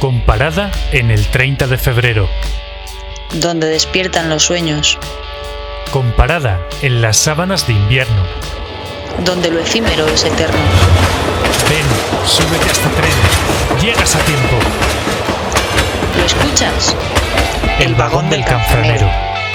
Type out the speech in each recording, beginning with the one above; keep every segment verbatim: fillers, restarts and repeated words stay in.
Comparada en el treinta de febrero. Donde despiertan los sueños. Comparada en las sábanas de invierno. Donde lo efímero es eterno. Ven, súbete a este tren. Llegas a tiempo. ¿Lo escuchas? El, El vagón del canfranero.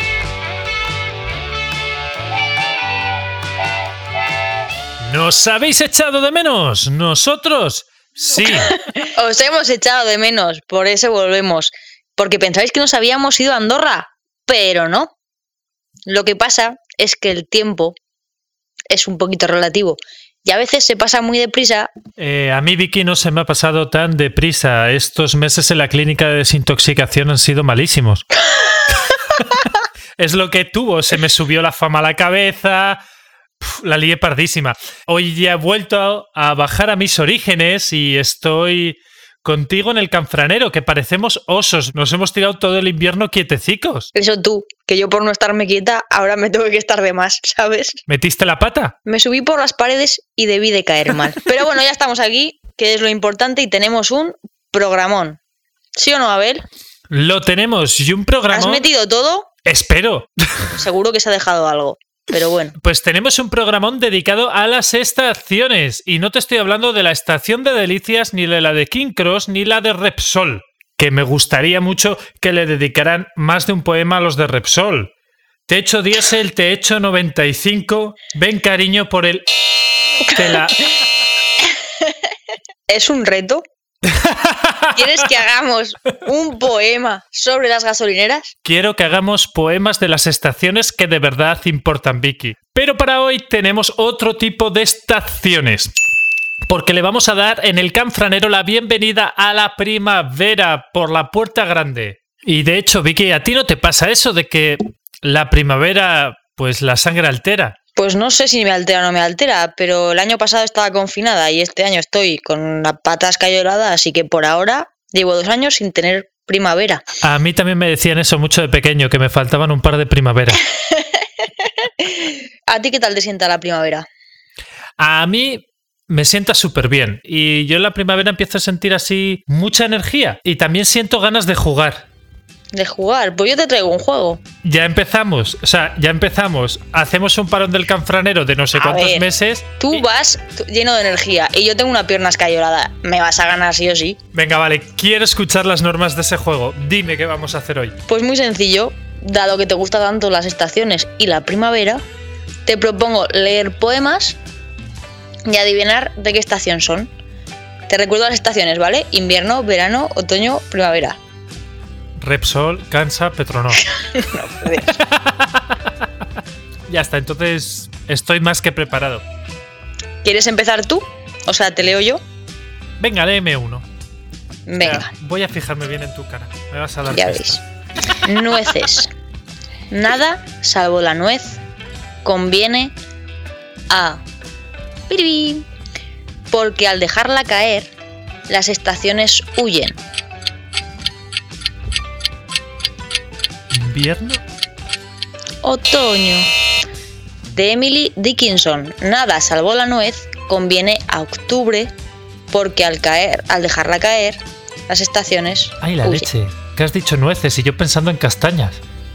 ¿Nos habéis echado de menos? ¿Nosotros? Sí. Os hemos echado de menos, por eso volvemos. Porque pensáis que nos habíamos ido a Andorra, pero no. Lo que pasa es que el tiempo es un poquito relativo y a veces se pasa muy deprisa. Eh, a mí, Vicky, no se me ha pasado tan deprisa. Estos meses en la clínica de desintoxicación han sido malísimos. Es lo que tuvo. Se me subió la fama a la cabeza. Puf, la lié pardísima. Hoy ya he vuelto a bajar a mis orígenes y estoy contigo en el canfranero, que parecemos osos. Nos hemos tirado todo el invierno quietecicos. Eso tú, que yo por no estarme quieta, ahora me tengo que estar de más, ¿sabes? ¿Metiste la pata? Me subí por las paredes y debí de caer mal. Pero bueno, ya estamos aquí, que es lo importante, y tenemos un programón. ¿Sí o no, Abel? Lo tenemos, y un programón... ¿Has metido todo? Espero. Seguro que se ha dejado algo. Pero bueno. Pues tenemos un programón dedicado a las estaciones. Y no te estoy hablando de la estación de Delicias, ni de la de King Cross, ni la de Repsol. Que me gustaría mucho que le dedicaran más de un poema a los de Repsol. Te echo diésel, te echo noventa y cinco. Ven, cariño, por el... Te la... ¿Es un reto? ¿Quieres que hagamos un poema sobre las gasolineras? Quiero que hagamos poemas de las estaciones que de verdad importan, Vicky. Pero para hoy tenemos otro tipo de estaciones. Porque le vamos a dar en el canfranero la bienvenida a la primavera por la puerta grande. Y de hecho, Vicky, ¿a ti no te pasa eso de que la primavera, pues la sangre altera? Pues no sé si me altera o no me altera, pero el año pasado estaba confinada y este año estoy con la pata escayolada, así que por ahora llevo dos años sin tener primavera. A mí también me decían eso mucho de pequeño, que me faltaban un par de primavera. ¿A ti qué tal te sienta la primavera? A mí me sienta súper bien y yo en la primavera empiezo a sentir así mucha energía y también siento ganas de jugar. De jugar, pues yo te traigo un juego. Ya empezamos, o sea, ya empezamos. Hacemos un parón del canfranero de no sé a cuántos ver, meses. Tú y... vas lleno de energía y yo tengo una pierna escayolada. Me vas a ganar sí o sí. Venga, vale, quiero escuchar las normas de ese juego. Dime qué vamos a hacer hoy. Pues muy sencillo, dado que te gustan tanto las estaciones y la primavera, te propongo leer poemas y adivinar de qué estación son. Te recuerdo las estaciones, ¿vale? Invierno, verano, otoño, primavera. Repsol, Cansa, Petronor. No puedes. Ya está, entonces estoy más que preparado. ¿Quieres empezar tú? O sea, ¿te leo yo? Venga, léeme uno. Venga. O sea, voy a fijarme bien en tu cara. Me vas a dar Ya fiesta. veis. Nueces. Nada, salvo la nuez, conviene a... Piribí. Porque al dejarla caer, las estaciones huyen. ¿Invierno? Otoño. De Emily Dickinson. Nada salvo la nuez conviene a octubre porque al caer, al dejarla caer, las estaciones Ay, la huyen. leche. ¿Qué has dicho nueces? Y yo pensando en castañas.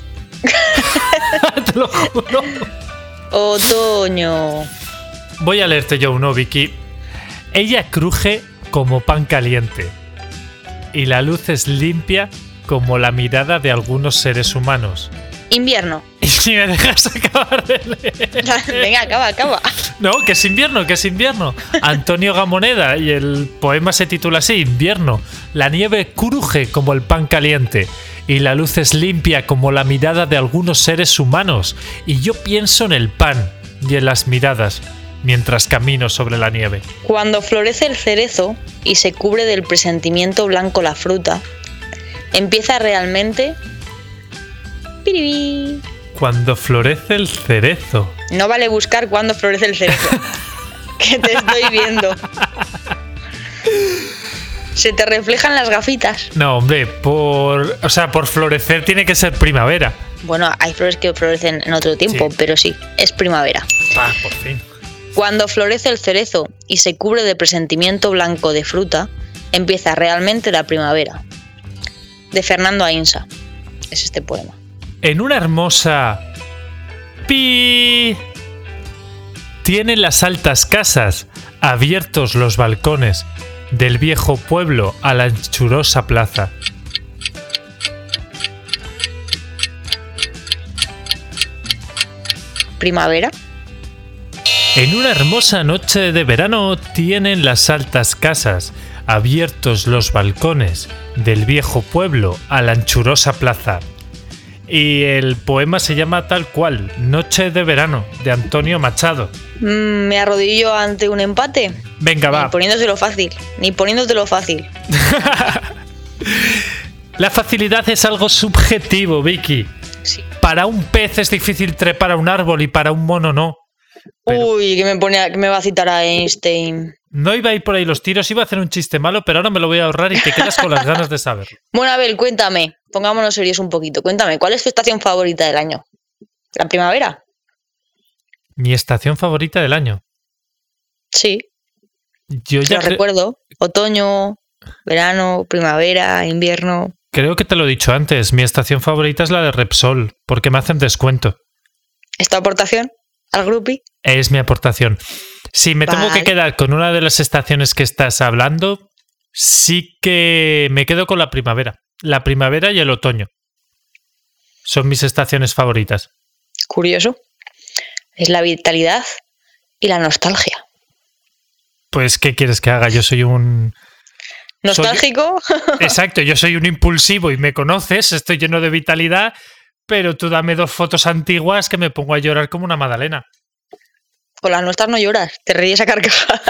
Te lo juro. Otoño. Voy a leerte yo uno, Vicky. Ella cruje como pan caliente y la luz es limpia como la mirada de algunos seres humanos. Invierno. Y si me dejas acabar de leer. Venga, acaba, acaba. No, que es invierno, que es invierno. Antonio Gamoneda, y el poema se titula así, Invierno. La nieve cruje como el pan caliente y la luz es limpia como la mirada de algunos seres humanos. Y yo pienso en el pan y en las miradas mientras camino sobre la nieve. Cuando florece el cerezo y se cubre del presentimiento blanco la fruta, empieza realmente... Piribí. Cuando florece el cerezo. No vale buscar cuando florece el cerezo. Que te estoy viendo. Se te reflejan las gafitas. No, hombre, por... O sea, por florecer tiene que ser primavera. Bueno, hay flores que florecen en otro tiempo, Sí. pero sí, es primavera. Ah, por fin. Cuando florece el cerezo y se cubre de presentimiento blanco de fruta, empieza realmente la primavera. De Fernando Ainsa es este poema. En una hermosa pi tienen las altas casas abiertos los balcones del viejo pueblo a la anchurosa plaza. ¿Primavera? En una hermosa noche de verano tienen las altas casas abiertos los balcones del viejo pueblo a la anchurosa plaza. Y el poema se llama tal cual, Noche de verano, de Antonio Machado. Mm, me arrodillo ante un empate. Venga, va. Ni poniéndoselo fácil, ni poniéndotelo fácil. La facilidad es algo subjetivo, Vicky. Sí. Para un pez es difícil trepar a un árbol y para un mono no. Pero Uy, que me, pone a- que me va a citar a Einstein. no iba a ir por ahí los tiros, iba a hacer un chiste malo, pero ahora me lo voy a ahorrar y te quedas con las ganas de saberlo. Bueno, Abel, cuéntame. Pongámonos serios un poquito. Cuéntame, ¿cuál es tu estación favorita del año? ¿La primavera? Mi estación favorita del año. Sí, Yo lo ya cre- recuerdo. Otoño, verano, primavera, invierno. creo que te lo he dicho antes. Mi estación favorita es la de Repsol, porque me hacen descuento. ¿Es tu aportación al grupi? Es mi aportación. Si me tengo que Vale. quedar con una de las estaciones que estás hablando, sí que me quedo con la primavera. La primavera y el otoño. Son mis estaciones favoritas. Curioso. Es la vitalidad y la nostalgia. Pues, ¿qué quieres que haga? Yo soy un... ¿Nostálgico? Exacto, yo soy un impulsivo y me conoces, estoy lleno de vitalidad, pero tú dame dos fotos antiguas que me pongo a llorar como una magdalena. Con las nuestras no lloras, te ríes a carcajadas.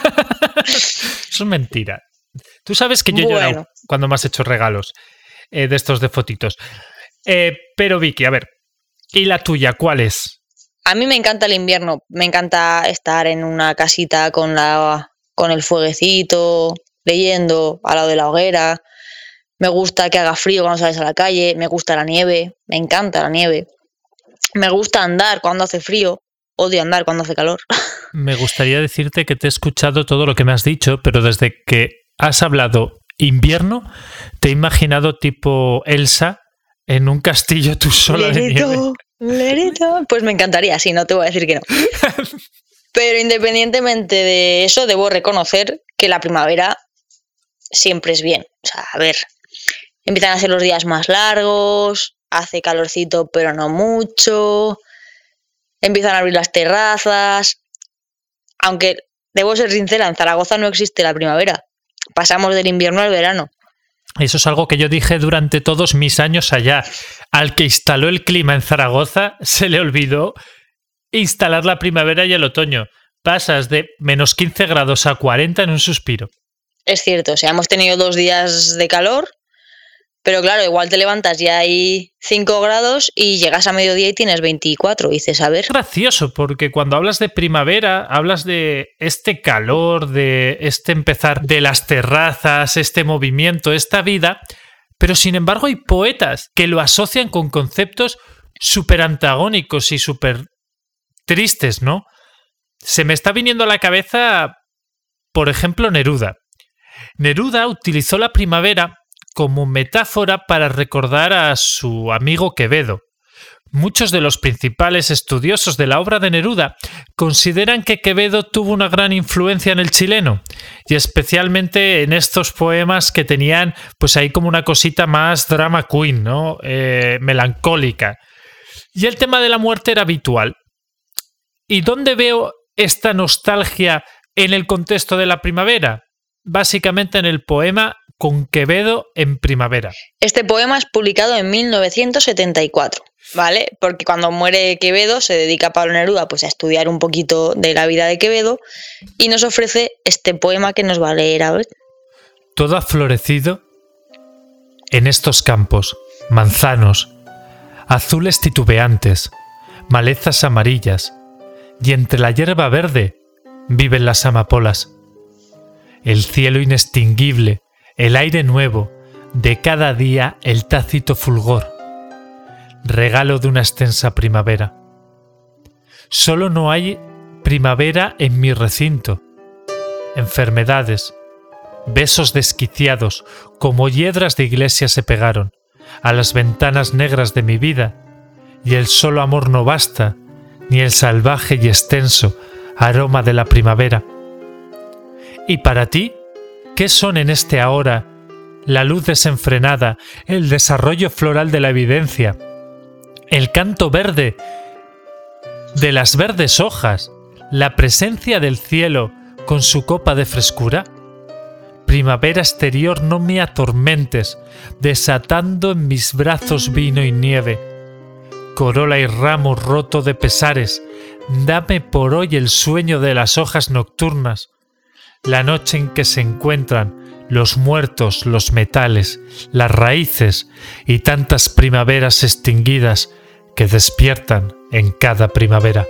Eso es mentira. Tú sabes que yo he llorado Bueno. cuando me has hecho regalos eh, de estos de fotitos. Eh, pero Vicky, a ver, ¿y la tuya cuál es? A mí me encanta el invierno. Me encanta estar en una casita con la con el fueguecito, leyendo al lado de la hoguera. Me gusta que haga frío cuando sales a la calle. Me gusta la nieve. Me encanta la nieve. Me gusta andar cuando hace frío. Odio andar cuando hace calor. Me gustaría decirte que te he escuchado todo lo que me has dicho, pero desde que has hablado invierno, te he imaginado tipo Elsa en un castillo tú sola de nieve. Lerito, lerito. Pues me encantaría, sí, no te voy a decir que no. Pero independientemente de eso, debo reconocer que la primavera siempre es bien. O sea, a ver, empiezan a ser los días más largos, hace calorcito pero no mucho, empiezan a abrir las terrazas. Aunque, debo ser sincera, en Zaragoza no existe la primavera. Pasamos del invierno al verano. Eso es algo que yo dije durante todos mis años allá. Al que instaló el clima en Zaragoza se le olvidó instalar la primavera y el otoño. Pasas de menos quince grados a cuarenta en un suspiro. Es cierto, o sea, hemos tenido dos días de calor, pero claro, igual te levantas y hay cinco grados y llegas a mediodía y tienes veinticuatro. Y dices, a ver, Es gracioso porque cuando hablas de primavera, hablas de este calor, de este empezar de las terrazas, este movimiento, esta vida, pero sin embargo hay poetas que lo asocian con conceptos súper antagónicos y súper tristes, ¿no? Se me está viniendo a la cabeza, por ejemplo, Neruda. Neruda utilizó la primavera como metáfora para recordar a su amigo Quevedo. Muchos de los principales estudiosos de la obra de Neruda consideran que Quevedo tuvo una gran influencia en el chileno, y especialmente en estos poemas que tenían pues ahí como una cosita más drama queen, ¿no? Eh, melancólica. Y el tema de la muerte era habitual. ¿Y dónde veo esta nostalgia en el contexto de la primavera? Básicamente en el poema Con Quevedo en primavera. este poema es publicado en mil novecientos setenta y cuatro, ¿vale? Porque cuando muere Quevedo se dedica Pablo Neruda pues a estudiar un poquito de la vida de Quevedo y nos ofrece este poema que nos va a leer a ver. Todo ha florecido en estos campos, manzanos, azules titubeantes, malezas amarillas, y entre la hierba verde viven las amapolas. El cielo inextinguible, el aire nuevo, de cada día el tácito fulgor, regalo de una extensa primavera. Solo no hay primavera en mi recinto, enfermedades, besos desquiciados, como hiedras de iglesia se pegaron a las ventanas negras de mi vida, y el solo amor no basta, ni el salvaje y extenso aroma de la primavera. ¿Y para ti? ¿Qué son en este ahora la luz desenfrenada, el desarrollo floral de la evidencia, el canto verde de las verdes hojas, la presencia del cielo con su copa de frescura? Primavera exterior, no me atormentes, desatando en mis brazos vino y nieve. Corola y ramo roto de pesares, dame por hoy el sueño de las hojas nocturnas, la noche en que se encuentran los muertos, los metales, las raíces y tantas primaveras extinguidas que despiertan en cada primavera.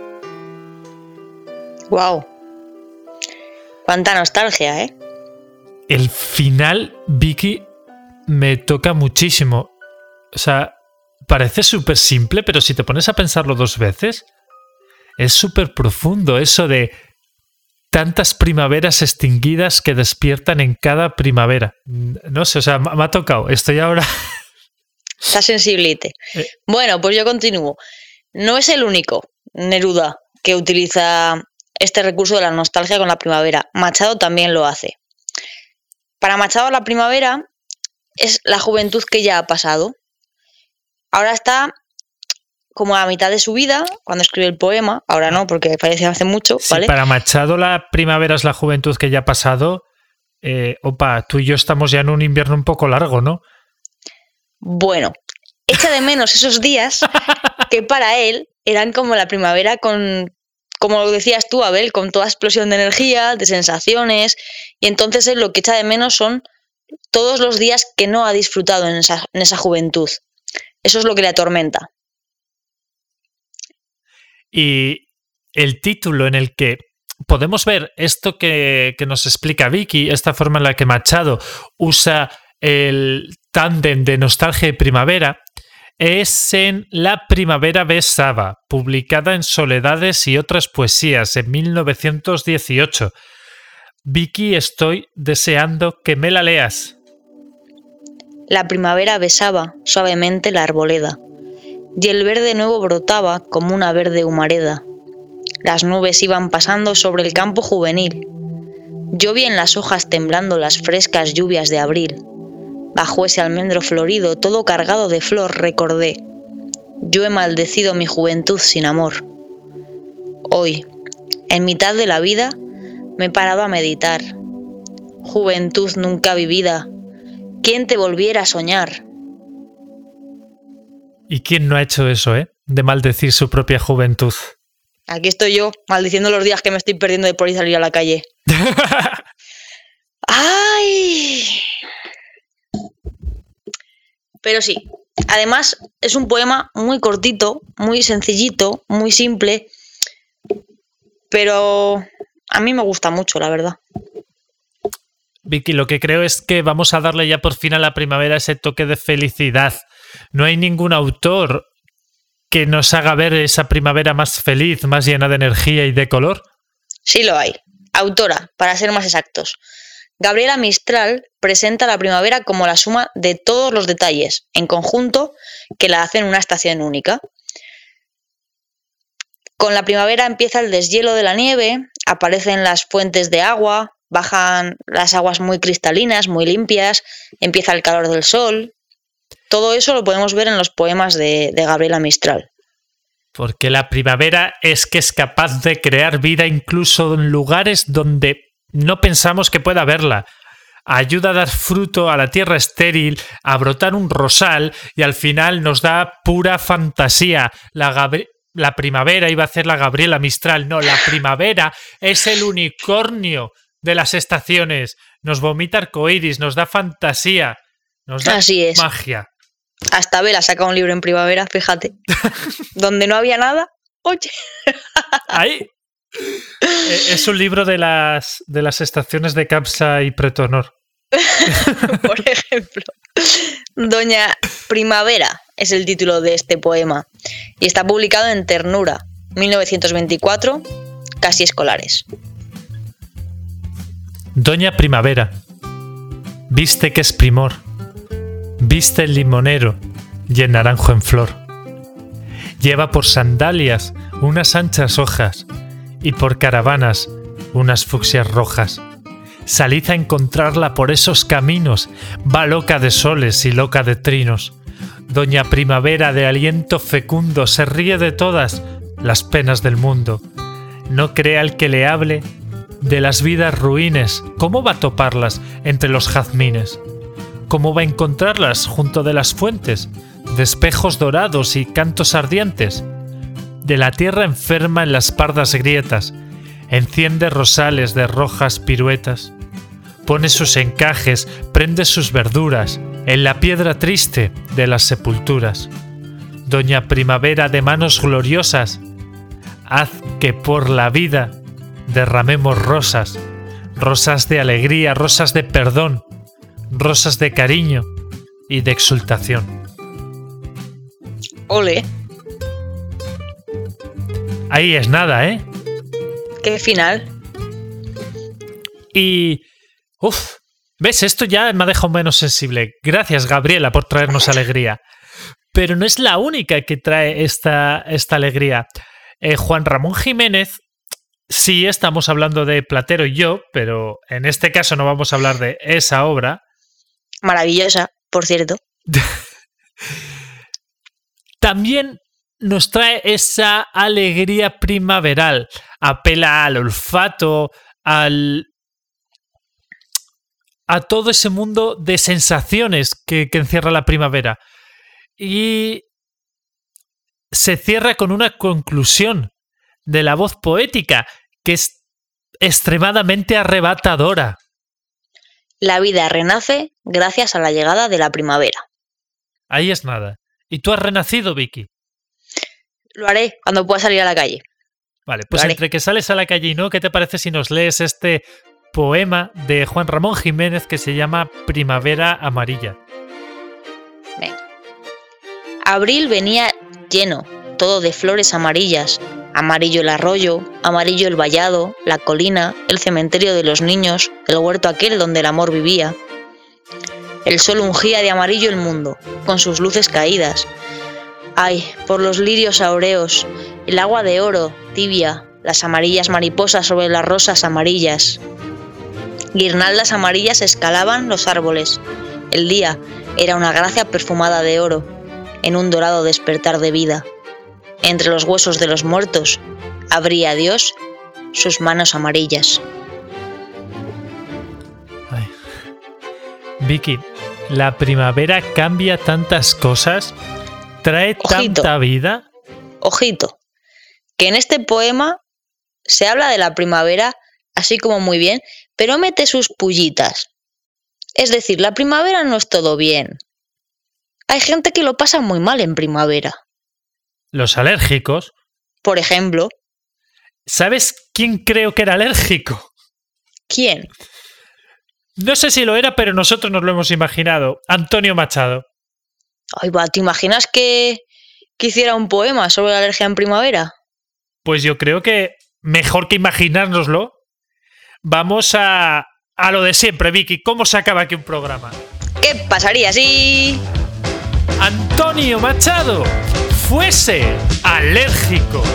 ¡Guau! ¡Cuánta nostalgia, eh! El final, Vicky, me toca muchísimo. O sea, parece súper simple, pero si te pones a pensarlo dos veces, es súper profundo eso de tantas primaveras extinguidas que despiertan en cada primavera. No sé, o sea, me ha tocado. Estoy ahora... Está sensiblite. Eh. Bueno, pues yo continúo. No es el único Neruda que utiliza este recurso de la nostalgia con la primavera. Machado también lo hace. Para Machado la primavera es la juventud que ya ha pasado. Ahora está como a mitad de su vida, cuando escribe el poema. Ahora no, porque falleció hace mucho, ¿vale? Sí, para Machado la primavera es la juventud que ya ha pasado. Eh, opa, tú y yo estamos ya en un invierno un poco largo, ¿no? Bueno, echa de menos esos días que para él eran como la primavera con, como lo decías tú, Abel, con toda explosión de energía, de sensaciones, y entonces él lo que echa de menos son todos los días que no ha disfrutado en esa, en esa juventud. Eso es lo que le atormenta. Y el título en el que podemos ver esto que, que nos explica Vicky, esta forma en la que Machado usa el tándem de nostalgia y primavera, es en La primavera besaba, publicada en Soledades y otras poesías en mil novecientos dieciocho. Vicky, estoy deseando que me la leas. La primavera besaba suavemente la arboleda, y el verde nuevo brotaba como una verde humareda. Las nubes iban pasando sobre el campo juvenil. Yo vi en las hojas temblando las frescas lluvias de abril. Bajo ese almendro florido, todo cargado de flor, recordé. Yo he maldecido mi juventud sin amor. Hoy, en mitad de la vida, me he parado a meditar. Juventud nunca vivida, ¿quién te volviera a soñar? ¿Y quién no ha hecho eso, eh? De maldecir su propia juventud. Aquí estoy yo, maldiciendo los días que me estoy perdiendo de por ir salir a la calle. ¡Ay! Pero sí, además es un poema muy cortito, muy sencillito, muy simple, pero a mí me gusta mucho, la verdad. Vicky, lo que creo es que vamos a darle ya por fin a la primavera ese toque de felicidad. No hay ningún autor que nos haga ver esa primavera más feliz, más llena de energía y de color. Sí lo hay. Autora, para ser más exactos. Gabriela Mistral presenta la primavera como la suma de todos los detalles, en conjunto, que la hacen una estación única. Con la primavera empieza el deshielo de la nieve, aparecen las fuentes de agua, bajan las aguas muy cristalinas, muy limpias, empieza el calor del sol. Todo eso lo podemos ver en los poemas de, de Gabriela Mistral. Porque la primavera es que es capaz de crear vida incluso en lugares donde no pensamos que pueda haberla. Ayuda a dar fruto a la tierra estéril, a brotar un rosal y al final nos da pura fantasía. La, Gabri- la primavera iba a ser la Gabriela Mistral. No, la primavera es el unicornio de las estaciones. Nos vomita arcoíris, nos da fantasía, nos da Así es. magia. Hasta Abel ha sacado un libro en primavera, fíjate. Donde no había nada, oye. Ahí. Es un libro de las, de las estaciones de Capsa y Pretonor. Por ejemplo. Doña Primavera es el título de este poema. Y está publicado en Ternura, mil novecientos veinticuatro, Casi Escolares. Doña Primavera, viste que es primor, viste el limonero y el naranjo en flor. Lleva por sandalias unas anchas hojas y por caravanas unas fucsias rojas. Salid a encontrarla por esos caminos, va loca de soles y loca de trinos. Doña Primavera de aliento fecundo se ríe de todas las penas del mundo. No crea el que le hable de las vidas ruines, ¿cómo va a toparlas entre los jazmines? ¿Cómo va a encontrarlas junto de las fuentes, de espejos dorados y cantos ardientes? De la tierra enferma en las pardas grietas, enciende rosales de rojas piruetas. Pone sus encajes, prende sus verduras, en la piedra triste de las sepulturas. Doña Primavera de manos gloriosas, haz que por la vida derramemos rosas, rosas de alegría, rosas de perdón, rosas de cariño y de exultación. Ole. Ahí es nada, ¿eh? Qué final. Y... Uf, ¿ves? Esto ya me ha dejado menos sensible. Gracias, Gabriela, por traernos alegría. Pero no es la única que trae esta, esta alegría. Eh, Juan Ramón Jiménez, sí estamos hablando de Platero y yo, pero en este caso no vamos a hablar de esa obra. Maravillosa, por cierto. También nos trae esa alegría primaveral. Apela al olfato, al... a todo ese mundo de sensaciones que, que encierra la primavera. Y se cierra con una conclusión de la voz poética que es extremadamente arrebatadora. La vida renace gracias a la llegada de la primavera. Ahí es nada. ¿Y tú has renacido, Vicky? Lo haré cuando pueda salir a la calle. Vale, pues entre que sales a la calle y no, ¿qué te parece si nos lees este poema de Juan Ramón Jiménez que se llama Primavera Amarilla? Venga. Abril venía lleno, todo de flores amarillas. Amarillo el arroyo, amarillo el vallado, la colina, el cementerio de los niños, el huerto aquel donde el amor vivía. El sol ungía de amarillo el mundo, con sus luces caídas. Ay, por los lirios aureos, el agua de oro, tibia, las amarillas mariposas sobre las rosas amarillas. Guirnaldas amarillas escalaban los árboles. El día era una gracia perfumada de oro, en un dorado despertar de vida. Entre los huesos de los muertos, abría Dios sus manos amarillas. Ay. Vicky, la primavera cambia tantas cosas, trae Ojito. tanta vida. Ojito, que en este poema se habla de la primavera así como muy bien, pero mete sus pullitas. Es decir, la primavera no es todo bien. Hay gente que lo pasa muy mal en primavera. Los alérgicos. Por ejemplo. ¿Sabes quién creo que era alérgico? ¿Quién? No sé si lo era, pero nosotros nos lo hemos imaginado. Antonio Machado. Ay, va, ¿te imaginas que, que hiciera un poema sobre la alergia en primavera? Pues yo creo que mejor que imaginárnoslo, vamos a, a lo de siempre, Vicky. ¿Cómo se acaba aquí un programa? ¿Qué pasaría si Antonio Machado fuese alérgico?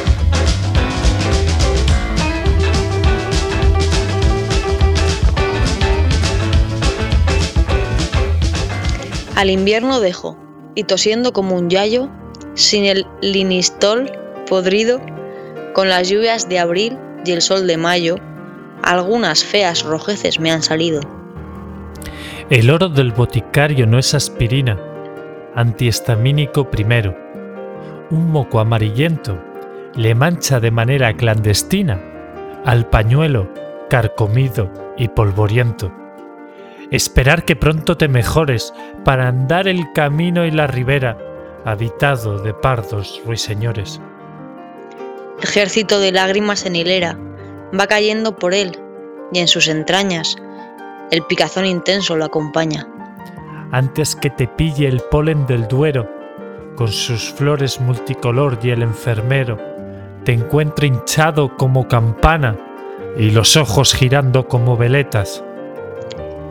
Al invierno dejo, y tosiendo como un yayo, sin el linistol podrido, con las lluvias de abril y el sol de mayo, algunas feas rojeces me han salido. El oro del boticario no es aspirina, antihistamínico primero. Un moco amarillento le mancha de manera clandestina al pañuelo carcomido y polvoriento. Esperar que pronto te mejores para andar el camino y la ribera, habitado de pardos ruiseñores. Ejército de lágrimas en hilera va cayendo por él, y en sus entrañas el picazón intenso lo acompaña. Antes que te pille el polen del Duero, con sus flores multicolor y el enfermero te encuentre hinchado como campana y los ojos girando como veletas,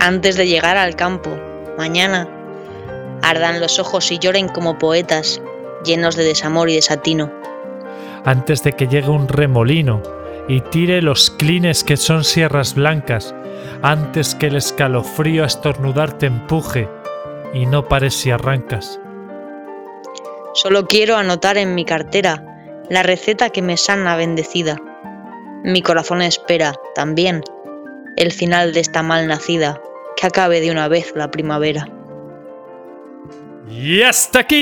antes de llegar al campo. Mañana ardan los ojos y lloren como poetas, llenos de desamor y desatino. Antes de que llegue un remolino y tire los clines que son sierras blancas, antes que el escalofrío a estornudar te empuje y no pares si arrancas. Solo quiero anotar en mi cartera la receta que me sana bendecida. Mi corazón espera, también, el final de esta mal nacida, que acabe de una vez la primavera. Y hasta aquí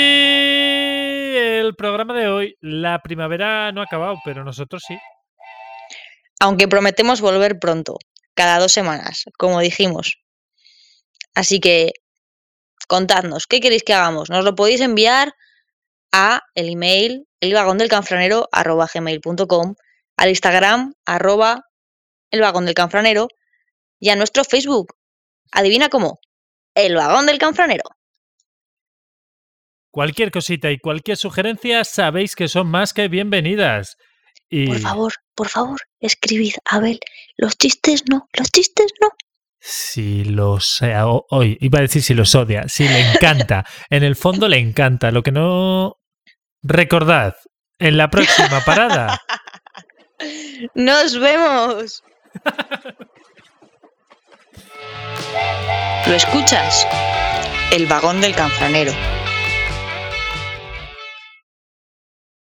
el programa de hoy. La primavera no ha acabado, pero nosotros sí. Aunque prometemos volver pronto, cada dos semanas, como dijimos. Así que, contadnos, ¿qué queréis que hagamos? Nos lo podéis enviar a el email elvagondelcanfranero arroba gmail punto com, al Instagram arroba elvagondelcanfranero y a nuestro Facebook. Adivina cómo, El Vagón del Canfranero. Cualquier cosita y cualquier sugerencia sabéis que son más que bienvenidas. Y... Por favor, por favor, escribid, Abel, los chistes no, los chistes no. Si los... Hoy iba a decir si los odia, si le encanta. En el fondo le encanta. Lo que no... Recordad, en la próxima parada... ¡Nos vemos! ¿Lo escuchas? El Vagón del Canfranero.